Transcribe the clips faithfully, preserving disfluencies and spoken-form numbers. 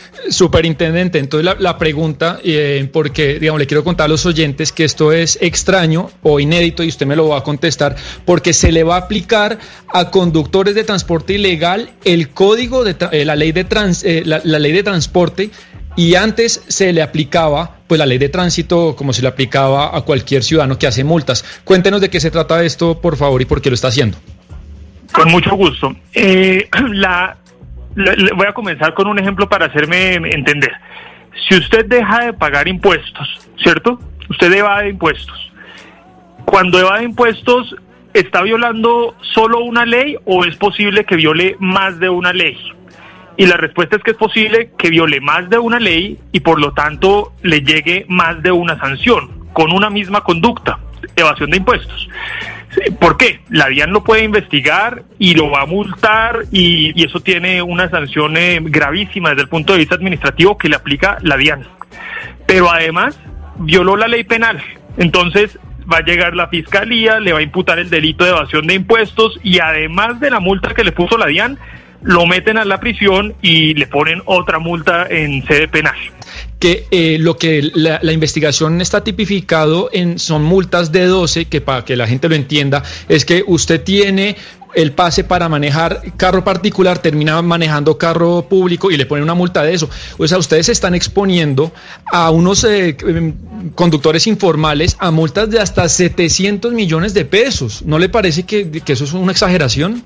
Superintendente, entonces la, la pregunta, eh, porque digamos le quiero contar a los oyentes que esto es extraño o inédito y usted me lo va a contestar, porque se le va a aplicar a conductores de transporte ilegal el código de eh, la ley de trans, eh, la, la ley de transporte, y antes se le aplicaba pues la ley de tránsito como se le aplicaba a cualquier ciudadano que hace multas. Cuéntenos de qué se trata esto, por favor, y por qué lo está haciendo. Con mucho gusto. Eh, la Le, le voy a comenzar con un ejemplo para hacerme entender. Si usted deja de pagar impuestos, ¿cierto? Usted evade impuestos. Cuando evade impuestos, ¿está violando solo una ley o es posible que viole más de una ley? Y la respuesta es que es posible que viole más de una ley y por lo tanto le llegue más de una sanción con una misma conducta, evasión de impuestos. ¿Por qué? La DIAN lo puede investigar y lo va a multar y, y eso tiene una sanción eh, gravísima desde el punto de vista administrativo que le aplica la DIAN. Pero además violó la ley penal, entonces va a llegar la fiscalía, le va a imputar el delito de evasión de impuestos y además de la multa que le puso la DIAN, lo meten a la prisión y le ponen otra multa en sede penal. Que eh, lo que la, la investigación está tipificado en son multas de doce, que para que la gente lo entienda, es que usted tiene el pase para manejar carro particular, termina manejando carro público y le ponen una multa de eso. O sea, ustedes se están exponiendo a unos eh, conductores informales a multas de hasta setecientos millones de pesos. ¿No le parece que, que eso es una exageración?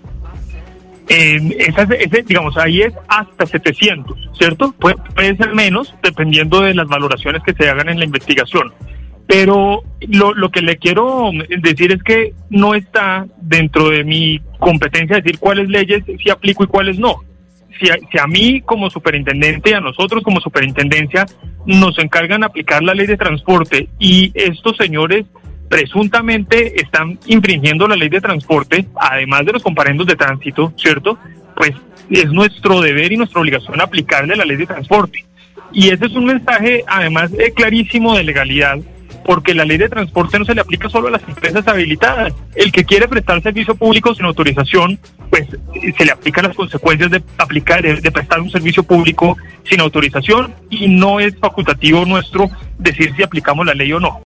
Eh, esa, ese, digamos, ahí es hasta setecientos, ¿cierto? Puede, puede ser menos, dependiendo de las valoraciones que se hagan en la investigación. Pero lo, lo que le quiero decir es que no está dentro de mi competencia decir cuáles leyes sí aplico y cuáles no. Si a, si a mí como superintendente, a nosotros como superintendencia, nos encargan aplicar la ley de transporte y estos señores presuntamente están infringiendo la ley de transporte, además de los comparendos de tránsito, ¿cierto? Pues es nuestro deber y nuestra obligación aplicarle la ley de transporte. Y ese es un mensaje, además, eh, clarísimo de legalidad, porque la ley de transporte no se le aplica solo a las empresas habilitadas. El que quiere prestar servicio público sin autorización, pues se le aplican las consecuencias de aplicar, de, de prestar un servicio público sin autorización, y no es facultativo nuestro decir si aplicamos la ley o no.